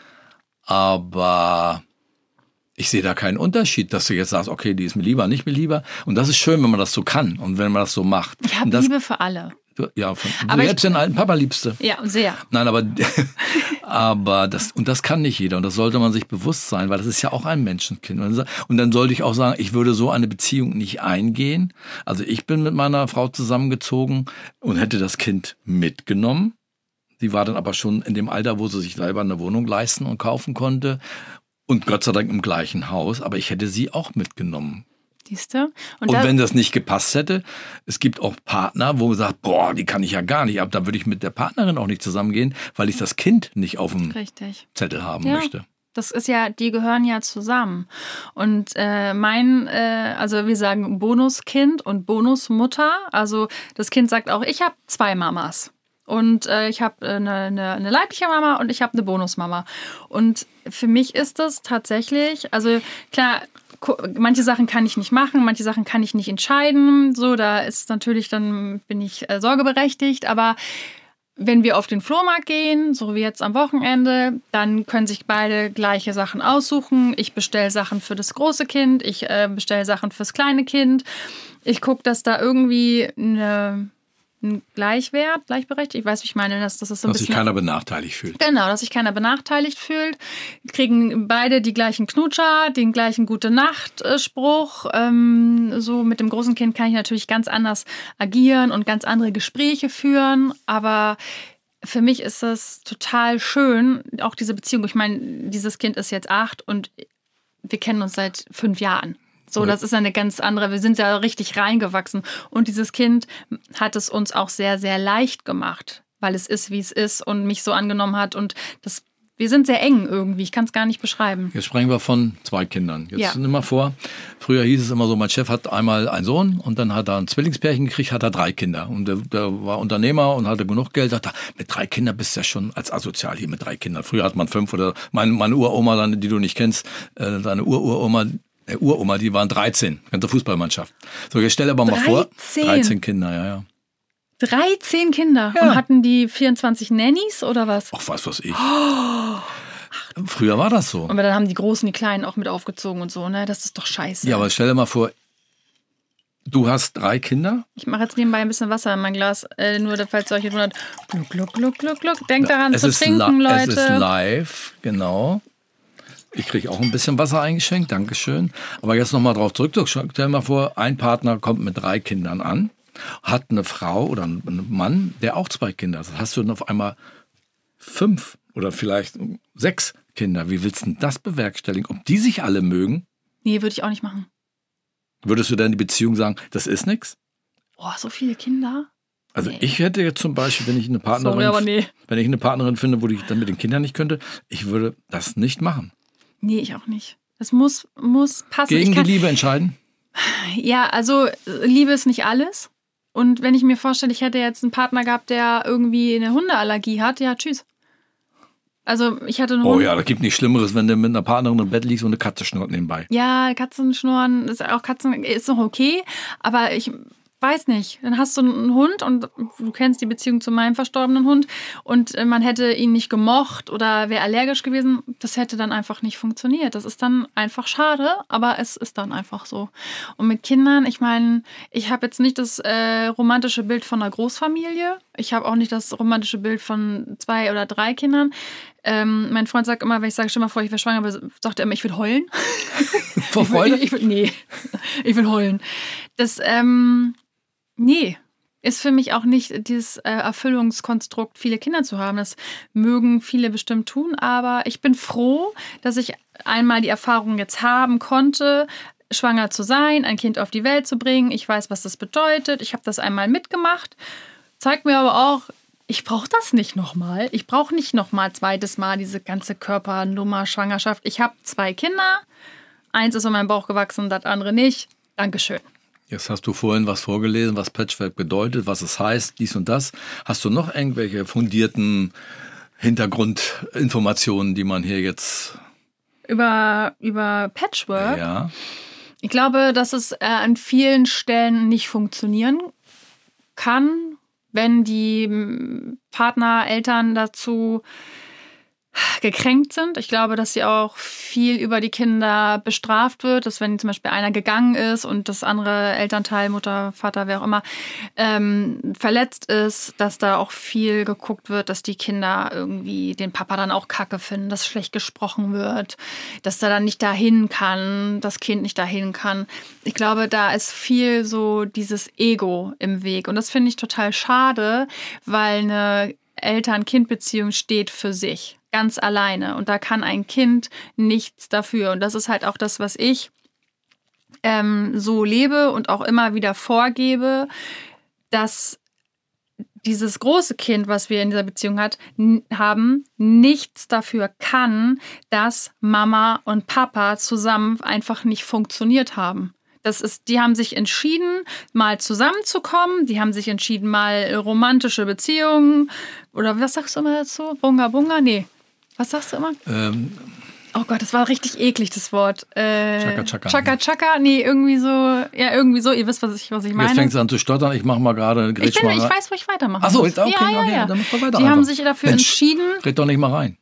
Aber ich sehe da keinen Unterschied, dass du jetzt sagst, okay, die ist mir lieber, nicht mir lieber. Und das ist schön, wenn man das so kann und wenn man das so macht. Ich habe Liebe für alle. Du, ja, von, du aber selbst ich, den alten Papa liebst du. Ja, sehr. Nein, aber, aber das, und das kann nicht jeder. Und das sollte man sich bewusst sein, weil das ist ja auch ein Menschenkind. Und dann sollte ich auch sagen, ich würde so eine Beziehung nicht eingehen. Also ich bin mit meiner Frau zusammengezogen und hätte das Kind mitgenommen. Sie war dann aber schon in dem Alter, wo sie sich selber eine Wohnung leisten und kaufen konnte. Und Gott sei Dank im gleichen Haus. Aber ich hätte sie auch mitgenommen. Siehst du? Und, und wenn das nicht gepasst hätte, es gibt auch Partner, wo man sagt, boah, die kann ich ja gar nicht. Aber da würde ich mit der Partnerin auch nicht zusammengehen, weil ich das Kind nicht auf dem Richtig. Zettel haben ja. möchte. Das ist ja, die gehören ja zusammen. Und äh, mein, äh, also wir sagen Bonuskind und Bonusmutter. Also das Kind sagt auch, ich habe zwei Mamas. Und äh, ich habe eine, eine, eine leibliche Mama und ich habe eine Bonusmama. Und für mich ist das tatsächlich, also klar, manche Sachen kann ich nicht machen, manche Sachen kann ich nicht entscheiden. So, da ist natürlich dann, bin ich äh, sorgeberechtigt. Aber wenn wir auf den Flohmarkt gehen, so wie jetzt am Wochenende, dann können sich beide gleiche Sachen aussuchen. Ich bestelle Sachen für das große Kind, ich äh, bestelle Sachen fürs kleine Kind. Ich gucke, dass da irgendwie eine... ein Gleichwert, gleichberechtigt. Ich weiß, wie ich meine, dass, dass es so ein dass bisschen... sich keiner benachteiligt fühlt. Genau, dass sich keiner benachteiligt fühlt. Kriegen beide die gleichen Knutscher, den gleichen Gute-Nacht-Spruch. Ähm, so mit dem großen Kind kann ich natürlich ganz anders agieren und ganz andere Gespräche führen. Aber für mich ist das total schön, auch diese Beziehung. Ich meine, dieses Kind ist jetzt acht und wir kennen uns seit fünf Jahren. So, das ist eine ganz andere, wir sind da richtig reingewachsen. Und dieses Kind hat es uns auch sehr, sehr leicht gemacht, weil es ist, wie es ist und mich so angenommen hat. Und das, wir sind sehr eng irgendwie, ich kann es gar nicht beschreiben. Jetzt sprechen wir von zwei Kindern. Jetzt Ja. nimm mal vor, früher hieß es immer so, mein Chef hat einmal einen Sohn und dann hat er ein Zwillingspärchen gekriegt, hat er drei Kinder. Und der, der war Unternehmer und hatte genug Geld. Dachte, mit drei Kindern bist du ja schon als asozial hier mit drei Kindern. Früher hat man fünf oder meine, meine Uroma, die du nicht kennst, äh, deine Ururoma, äh, Uroma, die waren dreizehn, ganze Fußballmannschaft. So, jetzt stell aber mal vor, dreizehn? dreizehn Kinder, ja, ja. dreizehn Kinder. Ja. Und hatten die vierundzwanzig Nannies oder was? Ach, was weiß ich. Früher war das so. Und dann haben die Großen die Kleinen auch mit aufgezogen und so, ne? Das ist doch scheiße. Ja, aber stell dir mal vor, du hast drei Kinder. Ich mache jetzt nebenbei ein bisschen Wasser in mein Glas, äh, nur falls ihr euch jetzt wundert. Gluck, gluck, gluck, gluck, gluck. Denkt daran Es zu ist, trinken, li- Leute. es ist live, genau. Ich kriege auch ein bisschen Wasser eingeschenkt, Dankeschön. Aber jetzt nochmal drauf zurück. Stell dir mal vor, ein Partner kommt mit drei Kindern an, hat eine Frau oder einen Mann, der auch zwei Kinder hat. Hast du dann auf einmal fünf oder vielleicht sechs Kinder. Wie willst du denn das bewerkstelligen? Ob die sich alle mögen? Nee, würde ich auch nicht machen. Würdest du dann die Beziehung sagen, das ist nix? Boah, so viele Kinder? Also Nee. ich hätte jetzt zum Beispiel, wenn ich eine Partnerin, Sorry, aber nee. wenn ich eine Partnerin finde, wo ich dann mit den Kindern nicht könnte, ich würde das nicht machen. Nee, ich auch nicht. Das muss, muss passen. Gegen ich die kann, Liebe entscheiden? Ja, also äh, Liebe ist nicht alles. Und wenn ich mir vorstelle, ich hätte jetzt einen Partner gehabt, der irgendwie eine Hundeallergie hat, ja, tschüss. Also ich hatte einen Oh Hund. ja, da gibt nichts Schlimmeres, wenn du mit einer Partnerin im Bett liegst und eine Katze schnurrt nebenbei. Ja, Katzenschnurren, ist auch Katzen, ist noch okay, aber ich weiß nicht. Dann hast du einen Hund und du kennst die Beziehung zu meinem verstorbenen Hund und äh, man hätte ihn nicht gemocht oder wäre allergisch gewesen. Das hätte dann einfach nicht funktioniert. Das ist dann einfach schade, aber es ist dann einfach so. Und mit Kindern, ich meine, ich habe jetzt nicht das äh, romantische Bild von einer Großfamilie. Ich habe auch nicht das romantische Bild von zwei oder drei Kindern. Ähm, mein Freund sagt immer, wenn ich sage, stell mal vor, ich wäre schwanger, sagt er immer, ich würde heulen. Vor Freude? Ich, ich, ich, nee, ich würde heulen. Das, ähm, nee, ist für mich auch nicht dieses äh, Erfüllungskonstrukt, viele Kinder zu haben. Das mögen viele bestimmt tun, aber ich bin froh, dass ich einmal die Erfahrung jetzt haben konnte, schwanger zu sein, ein Kind auf die Welt zu bringen. Ich weiß, was das bedeutet. Ich habe das einmal mitgemacht. Zeigt mir aber auch, ich brauche das nicht nochmal. Ich brauche nicht nochmal zweites Mal diese ganze Körpernummer, Schwangerschaft. Ich habe zwei Kinder. Eins ist in meinem Bauch gewachsen, das andere nicht. Dankeschön. Jetzt hast du vorhin was vorgelesen, was Patchwork bedeutet, was es heißt, dies und das. Hast du noch irgendwelche fundierten Hintergrundinformationen, die man hier jetzt... Über, über Patchwork? Ja. Ich glaube, dass es äh, an vielen Stellen nicht funktionieren kann, wenn die m, Partner, Eltern dazu gekränkt sind. Ich glaube, dass sie auch viel über die Kinder bestraft wird, dass wenn zum Beispiel einer gegangen ist und das andere Elternteil, Mutter, Vater, wer auch immer, ähm, verletzt ist, dass da auch viel geguckt wird, dass die Kinder irgendwie den Papa dann auch kacke finden, dass schlecht gesprochen wird, dass er dann nicht dahin kann, das Kind nicht dahin kann. Ich glaube, da ist viel so dieses Ego im Weg und das finde ich total schade, weil eine Eltern-Kind-Beziehung steht für sich. Ganz alleine. Und da kann ein Kind nichts dafür. Und das ist halt auch das, was ich ähm, so lebe und auch immer wieder vorgebe, dass dieses große Kind, was wir in dieser Beziehung hat, n- haben, nichts dafür kann, dass Mama und Papa zusammen einfach nicht funktioniert haben. Das ist, die haben sich entschieden, mal zusammenzukommen. Die haben sich entschieden, mal romantische Beziehungen. Oder was sagst du immer dazu? Bunga Bunga? Nee. Was sagst du immer? Ähm, Oh Gott, das war richtig eklig, das Wort. Äh, Chaka Chaka. Chaka Chaka, nee, irgendwie so, ja, irgendwie so, ihr wisst, was ich, was ich meine. Jetzt fängst du an zu stottern, ich mach mal gerade ich, bin, ich weiß, wo ich weitermache. Ach so, okay, ja, ja, okay, ja. dann mach mal weiter. Die einfach. haben sich dafür Mensch, entschieden. Red doch nicht mal rein.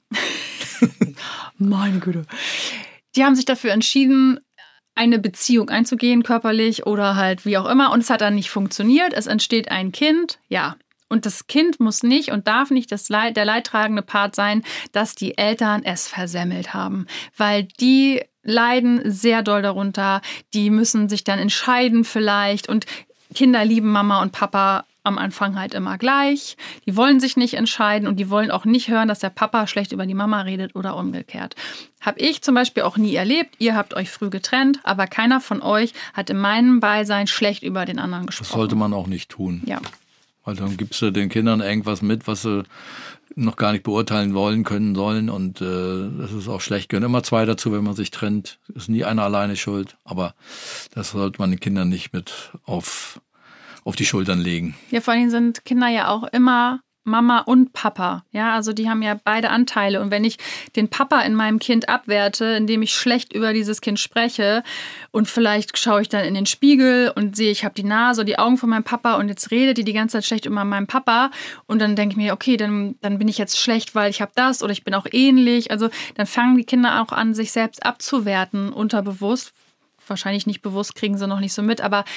Meine Güte. Die haben sich dafür entschieden, eine Beziehung einzugehen, körperlich oder halt wie auch immer. Und es hat dann nicht funktioniert. Es entsteht ein Kind, ja. Und das Kind muss nicht und darf nicht das Leid, der leidtragende Part sein, dass die Eltern es versemmelt haben. Weil die leiden sehr doll darunter. Die müssen sich dann entscheiden vielleicht. Und Kinder lieben Mama und Papa am Anfang halt immer gleich. Die wollen sich nicht entscheiden und die wollen auch nicht hören, dass der Papa schlecht über die Mama redet oder umgekehrt. Habe ich zum Beispiel auch nie erlebt. Ihr habt euch früh getrennt, aber keiner von euch hat in meinem Beisein schlecht über den anderen gesprochen. Das sollte man auch nicht tun. Ja. Weil dann gibst du den Kindern irgendwas mit, was sie noch gar nicht beurteilen wollen, können, sollen. Und äh, das ist auch schlecht. Gehören immer zwei dazu, wenn man sich trennt. Ist nie einer alleine schuld. Aber das sollte man den Kindern nicht mit auf, auf die Schultern legen. Ja, vor allem sind Kinder ja auch immer Mama und Papa. Ja, also die haben ja beide Anteile. Und wenn ich den Papa in meinem Kind abwerte, indem ich schlecht über dieses Kind spreche und vielleicht schaue ich dann in den Spiegel und sehe, ich habe die Nase, die Augen von meinem Papa und jetzt redet die die ganze Zeit schlecht über meinen Papa und dann denke ich mir, okay, dann, dann bin ich jetzt schlecht, weil ich habe das oder ich bin auch ähnlich. Also dann fangen die Kinder auch an, sich selbst abzuwerten, unterbewusst. Wahrscheinlich nicht bewusst, kriegen sie noch nicht so mit, aber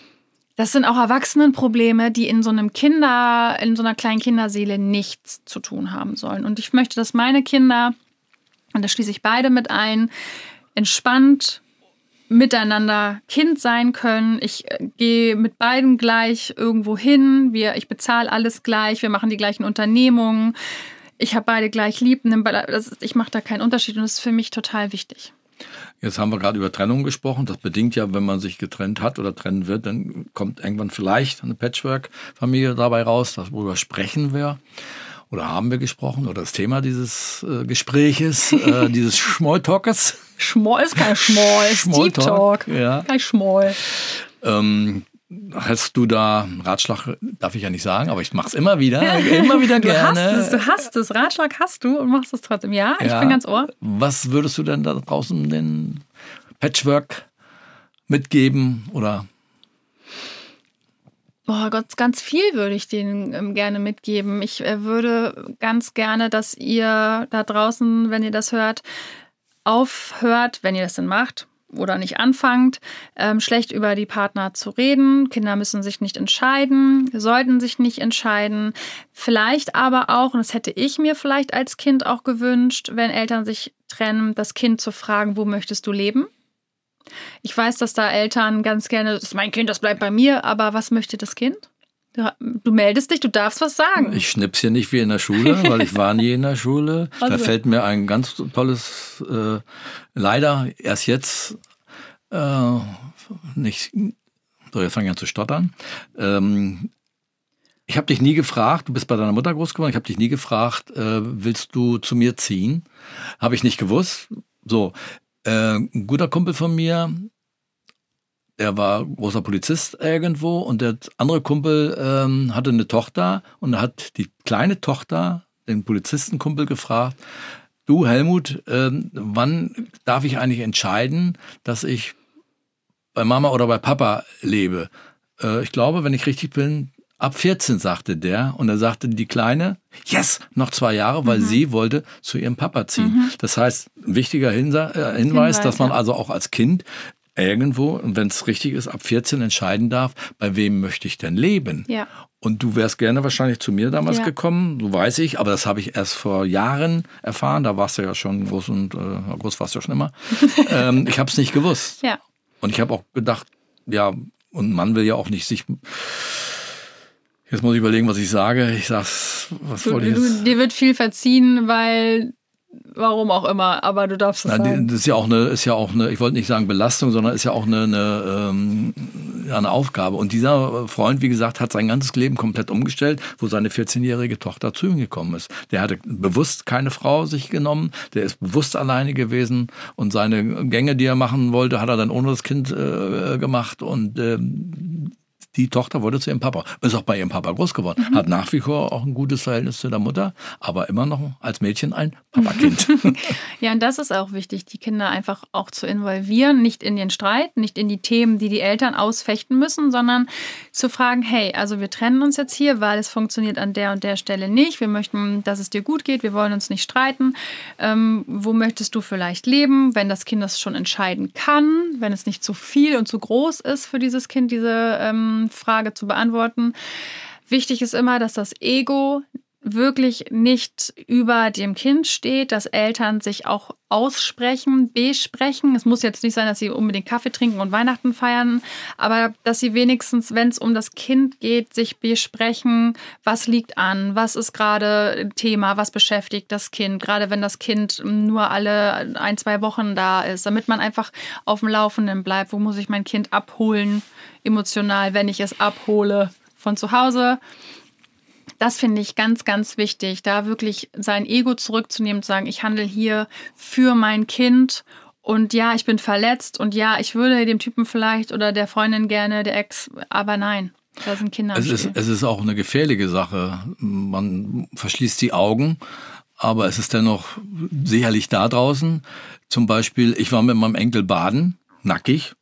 das sind auch Erwachsenenprobleme, die in so einem Kinder, in so einer kleinen Kinderseele nichts zu tun haben sollen. Und ich möchte, dass meine Kinder, und da schließe ich beide mit ein, entspannt miteinander Kind sein können. Ich äh, gehe mit beiden gleich irgendwo hin. Wir, ich bezahle alles gleich. Wir machen die gleichen Unternehmungen. Ich habe beide gleich lieb. Das ist, ich mache da keinen Unterschied und das ist für mich total wichtig. Jetzt haben wir gerade über Trennung gesprochen. Das bedingt ja, wenn man sich getrennt hat oder trennen wird, dann kommt irgendwann vielleicht eine Patchwork-Familie dabei raus. Darüber sprechen wir oder haben wir gesprochen oder das Thema dieses äh, Gespräches, äh, dieses Smalltalkes. Schmoll ist kein Schmoll, ist Deep Talk. Ja. Kein Schmoll. Ähm, Hast du da Ratschlag, darf ich ja nicht sagen, aber ich mache es immer wieder, immer wieder gerne. Du hast es, du hast es, Ratschlag hast du und machst es trotzdem. Ja, ich ja. bin ganz ohr. Was würdest du denn da draußen den Patchwork mitgeben oder? Boah Gott, ganz viel würde ich denen ähm, gerne mitgeben. Ich äh, würde ganz gerne, dass ihr da draußen, wenn ihr das hört, aufhört, wenn ihr das denn macht, oder nicht anfangt, ähm, schlecht über die Partner zu reden. Kinder müssen sich nicht entscheiden, sollten sich nicht entscheiden. Vielleicht aber auch, und das hätte ich mir vielleicht als Kind auch gewünscht, wenn Eltern sich trennen, das Kind zu fragen, wo möchtest du leben? Ich weiß, dass da Eltern ganz gerne, das ist mein Kind, das bleibt bei mir, aber was möchte das Kind? Du, du meldest dich, du darfst was sagen. Ich schnipp's hier nicht wie in der Schule, weil ich war nie in der Schule. Also. Da fällt mir ein ganz tolles, äh, leider erst jetzt äh, nicht, so jetzt fange ich an zu stottern. Ähm, ich habe dich nie gefragt, du bist bei deiner Mutter groß geworden, ich habe dich nie gefragt, äh, willst du zu mir ziehen? Habe ich nicht gewusst. So, äh, ein guter Kumpel von mir, der war großer Polizist irgendwo und der andere Kumpel ähm, hatte eine Tochter und hat die kleine Tochter den Polizistenkumpel gefragt, du Helmut, ähm, wann darf ich eigentlich entscheiden, dass ich bei Mama oder bei Papa lebe? Äh, ich glaube, wenn ich richtig bin, ab vierzehn, sagte der. Und er sagte die Kleine, yes, noch zwei Jahre, weil mhm. sie wollte zu ihrem Papa ziehen. Mhm. Das heißt, ein wichtiger Hinsa- äh, Hinweis, Hinweis, dass man ja. also auch als Kind irgendwo, und wenn es richtig ist, ab vierzehn entscheiden darf, bei wem möchte ich denn leben? Ja. Und du wärst gerne wahrscheinlich zu mir damals ja. gekommen, so weiß ich, aber das habe ich erst vor Jahren erfahren, da warst du ja schon groß und äh, groß warst du ja schon immer. ähm, ich habe es nicht gewusst. Ja. Und ich habe auch gedacht, ja, und ein Mann will ja auch nicht sich... Jetzt muss ich überlegen, was ich sage. Ich sag's, was wollte ich jetzt? Du, dir wird viel verziehen, weil... Warum auch immer, aber du darfst es Na, sagen. Das ist ja auch eine, ist ja auch eine, ich wollte nicht sagen Belastung, sondern ist ja auch eine, eine, ähm, ja, eine Aufgabe. Und dieser Freund, wie gesagt, hat sein ganzes Leben komplett umgestellt, wo seine vierzehnjährige Tochter zu ihm gekommen ist. Der hatte bewusst keine Frau sich genommen, der ist bewusst alleine gewesen und seine Gänge, die er machen wollte, hat er dann ohne das Kind äh, gemacht und äh, die Tochter wollte zu ihrem Papa. Ist auch bei ihrem Papa groß geworden. Mhm. Hat nach wie vor auch ein gutes Verhältnis zu der Mutter, aber immer noch als Mädchen ein Papakind. Ja, und das ist auch wichtig, die Kinder einfach auch zu involvieren, nicht in den Streit, nicht in die Themen, die die Eltern ausfechten müssen, sondern zu fragen, hey, also wir trennen uns jetzt hier, weil es funktioniert an der und der Stelle nicht. Wir möchten, dass es dir gut geht, wir wollen uns nicht streiten. Ähm, wo möchtest du vielleicht leben, wenn das Kind das schon entscheiden kann, wenn es nicht zu viel und zu groß ist für dieses Kind, diese ähm, Frage zu beantworten. Wichtig ist immer, dass das Ego wirklich nicht über dem Kind steht, dass Eltern sich auch aussprechen, besprechen. Es muss jetzt nicht sein, dass sie unbedingt Kaffee trinken und Weihnachten feiern, aber dass sie wenigstens, wenn es um das Kind geht, sich besprechen, was liegt an, was ist gerade Thema, was beschäftigt das Kind, gerade wenn das Kind nur alle ein, zwei Wochen da ist, damit man einfach auf dem Laufenden bleibt. Wo muss ich mein Kind abholen, emotional, wenn ich es abhole von zu Hause? Das finde ich ganz, ganz wichtig, da wirklich sein Ego zurückzunehmen und zu sagen, ich handle hier für mein Kind und ja, ich bin verletzt und ja, ich würde dem Typen vielleicht oder der Freundin gerne, der Ex, aber nein, da sind Kinder im Es ist, es ist auch eine gefährliche Sache. Man verschließt die Augen, aber es ist dennoch sicherlich da draußen. Zum Beispiel, ich war mit meinem Enkel baden, nackig.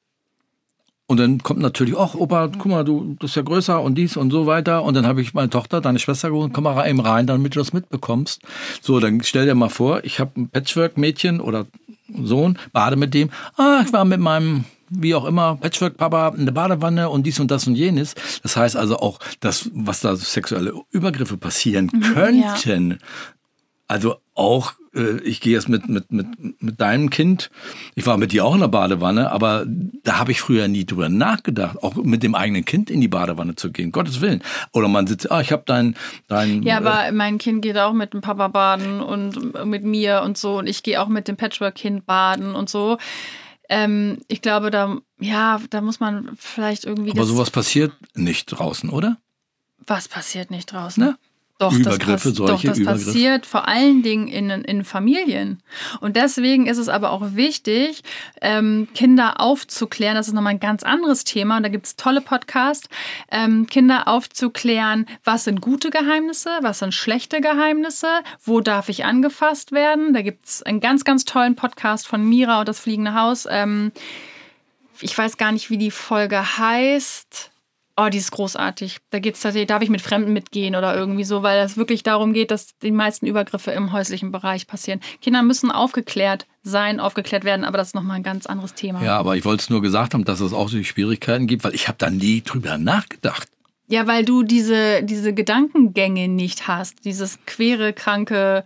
Und dann kommt natürlich, ach Opa, guck mal, du bist ja größer und dies und so weiter. Und dann habe ich meine Tochter, deine Schwester geholt, komm mal eben rein, damit du das mitbekommst. So, dann stell dir mal vor, ich habe ein Patchwork-Mädchen oder Sohn, bade mit dem. Ah, ich war mit meinem, wie auch immer, Patchwork-Papa in der Badewanne und dies und das und jenes. Das heißt also auch, dass, was da sexuelle Übergriffe passieren mhm, könnten. Ja. Also auch, ich gehe jetzt mit, mit, mit, mit deinem Kind, ich war mit dir auch in der Badewanne, aber da habe ich früher nie drüber nachgedacht, auch mit dem eigenen Kind in die Badewanne zu gehen, Gottes Willen. Oder man sitzt, ah, ich habe dein, dein... Ja, aber äh, mein Kind geht auch mit dem Papa baden und mit mir und so und ich gehe auch mit dem Patchwork-Kind baden und so. Ähm, ich glaube, da, ja, da muss man vielleicht irgendwie... Aber sowas passiert nicht draußen, oder? Was passiert nicht draußen? Ne? Doch, Übergriffe, das, solche doch, das Übergriffe. passiert vor allen Dingen in, in Familien. Und deswegen ist es aber auch wichtig, ähm, Kinder aufzuklären. Das ist nochmal ein ganz anderes Thema. Und da gibt es tolle Podcasts. Ähm, Kinder aufzuklären, was sind gute Geheimnisse, was sind schlechte Geheimnisse, wo darf ich angefasst werden. Da gibt es einen ganz, ganz tollen Podcast von Mira und das Fliegende Haus. Ähm, ich weiß gar nicht, wie die Folge heißt. Oh, die ist großartig. Da geht's tatsächlich, darf ich mit Fremden mitgehen oder irgendwie so, weil es wirklich darum geht, dass die meisten Übergriffe im häuslichen Bereich passieren. Kinder müssen aufgeklärt sein, aufgeklärt werden, aber das ist nochmal ein ganz anderes Thema. Ja, aber ich wollte es nur gesagt haben, dass es auch so Schwierigkeiten gibt, weil ich habe da nie drüber nachgedacht. Ja, weil du diese, diese Gedankengänge nicht hast, dieses quere, kranke,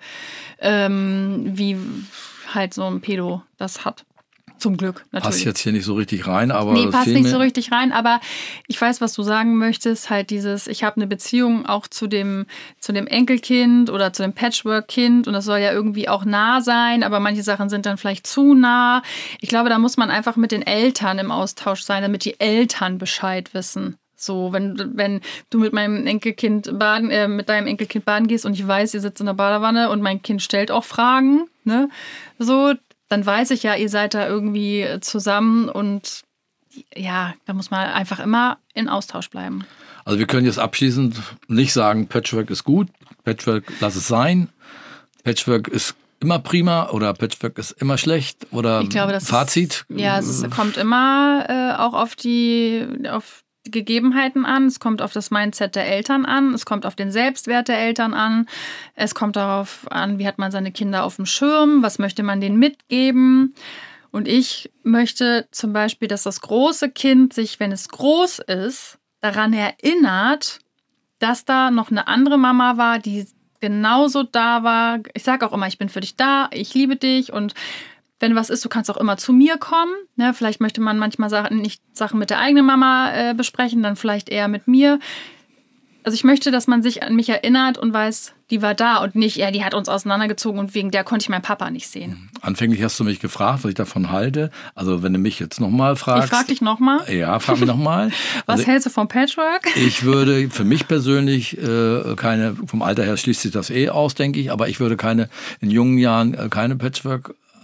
ähm, wie halt so ein Pedo das hat. Zum Glück, natürlich. Passt jetzt hier nicht so richtig rein, aber... Nee, passt nicht so richtig rein, aber ich weiß, was du sagen möchtest. Halt dieses, ich habe eine Beziehung auch zu dem, zu dem Enkelkind oder zu dem Patchwork-Kind und das soll ja irgendwie auch nah sein, aber manche Sachen sind dann vielleicht zu nah. Ich glaube, da muss man einfach mit den Eltern im Austausch sein, damit die Eltern Bescheid wissen. So, wenn, wenn du mit meinem Enkelkind baden, äh, mit deinem Enkelkind baden gehst und ich weiß, ihr sitzt in der Badewanne und mein Kind stellt auch Fragen, ne, so, dann weiß ich ja, ihr seid da irgendwie zusammen und ja, da muss man einfach immer in Austausch bleiben. Also wir können jetzt abschließend nicht sagen, Patchwork ist gut, Patchwork lass es sein, Patchwork ist immer prima oder Patchwork ist immer schlecht oder ich glaube, das Fazit? Ist, ja, es ist, kommt immer äh, auch auf die, auf die Gegebenheiten an, es kommt auf das Mindset der Eltern an, es kommt auf den Selbstwert der Eltern an, es kommt darauf an, wie hat man seine Kinder auf dem Schirm, was möchte man denen mitgeben. Und ich möchte zum Beispiel, dass das große Kind sich, wenn es groß ist, daran erinnert, dass da noch eine andere Mama war, die genauso da war. Ich sage auch immer, ich bin für dich da, ich liebe dich und wenn was ist, du kannst auch immer zu mir kommen. Ne, vielleicht möchte man manchmal Sachen, nicht Sachen mit der eigenen Mama äh, besprechen, dann vielleicht eher mit mir. Also ich möchte, dass man sich an mich erinnert und weiß, die war da und nicht, ja, die hat uns auseinandergezogen und wegen der konnte ich meinen Papa nicht sehen. Anfänglich hast du mich gefragt, was ich davon halte. Also wenn du mich jetzt nochmal fragst. Ich frag dich nochmal. Ja, frag mich nochmal. Was also, hältst du vom Patchwork? Ich würde für mich persönlich äh, keine, vom Alter her schließt sich das eh aus, denke ich, aber ich würde keine, in jungen Jahren äh, keine Patchwork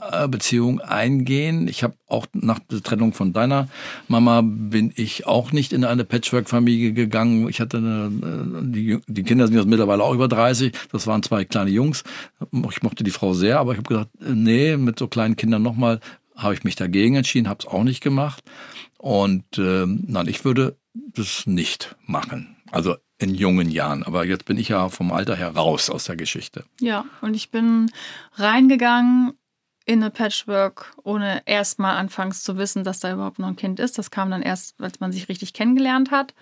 Beziehung eingehen. Ich habe auch nach der Trennung von deiner Mama bin ich auch nicht in eine Patchwork-Familie gegangen. Ich hatte eine, die, die Kinder sind jetzt mittlerweile auch über dreißig. Das waren zwei kleine Jungs. Ich mochte die Frau sehr, aber ich habe gesagt, nee, mit so kleinen Kindern nochmal habe ich mich dagegen entschieden, habe es auch nicht gemacht. Und äh, nein, ich würde das nicht machen. Also in jungen Jahren. Aber jetzt bin ich ja vom Alter her raus aus der Geschichte. Ja, und ich bin reingegangen in eine Patchwork, ohne erst mal anfangs zu wissen, dass da überhaupt noch ein Kind ist. Das kam dann erst, als man sich richtig kennengelernt hat.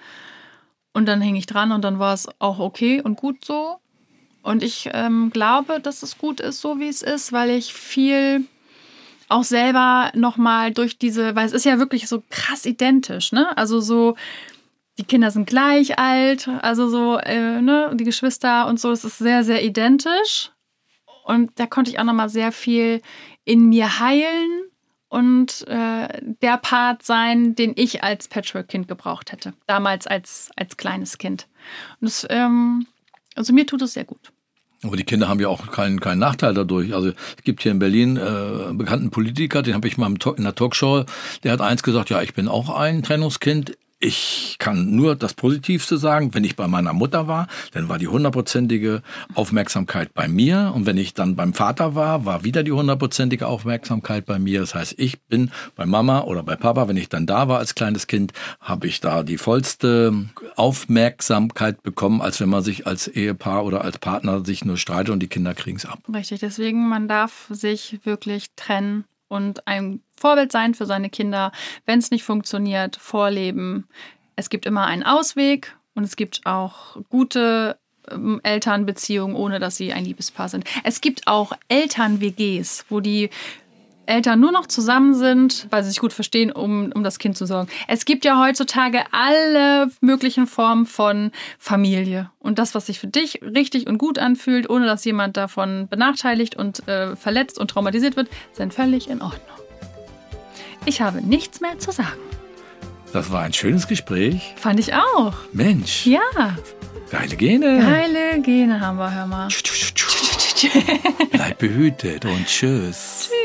Und dann hing ich dran und dann war es auch okay und gut so. Und ich ähm, glaube, dass es gut ist, so wie es ist, weil ich viel auch selber nochmal durch diese, weil es ist ja wirklich so krass identisch, ne? Also so, die Kinder sind gleich alt, also so, äh, ne, die Geschwister und so, es ist sehr, sehr identisch. Und da konnte ich auch nochmal sehr viel in mir heilen und äh, der Part sein, den ich als Patchwork-Kind gebraucht hätte. Damals als, als kleines Kind. Und das, ähm, also mir tut es sehr gut. Aber die Kinder haben ja auch keinen, keinen Nachteil dadurch. Also es gibt hier in Berlin äh, einen bekannten Politiker, den habe ich mal im Talk, in der Talkshow, der hat eins gesagt, ja, ich bin auch ein Trennungskind. Ich kann nur das Positivste sagen, wenn ich bei meiner Mutter war, dann war die hundertprozentige Aufmerksamkeit bei mir. Und wenn ich dann beim Vater war, war wieder die hundertprozentige Aufmerksamkeit bei mir. Das heißt, ich bin bei Mama oder bei Papa, wenn ich dann da war als kleines Kind, habe ich da die vollste Aufmerksamkeit bekommen, als wenn man sich als Ehepaar oder als Partner sich nur streitet und die Kinder kriegen es ab. Richtig, deswegen man darf sich wirklich trennen und ein Vorbild sein für seine Kinder. Wenn es nicht funktioniert, vorleben. Es gibt immer einen Ausweg und es gibt auch gute ähm, Elternbeziehungen, ohne dass sie ein Liebespaar sind. Es gibt auch Eltern-W Gs, wo die Eltern nur noch zusammen sind, weil sie sich gut verstehen, um, um das Kind zu sorgen. Es gibt ja heutzutage alle möglichen Formen von Familie. Und das, was sich für dich richtig und gut anfühlt, ohne dass jemand davon benachteiligt und äh, verletzt und traumatisiert wird, sind völlig in Ordnung. Ich habe nichts mehr zu sagen. Das war ein schönes Gespräch. Fand ich auch. Mensch. Ja. Geile Gene. Geile Gene haben wir, hör mal. Bleib behütet und tschüss. Tschüss.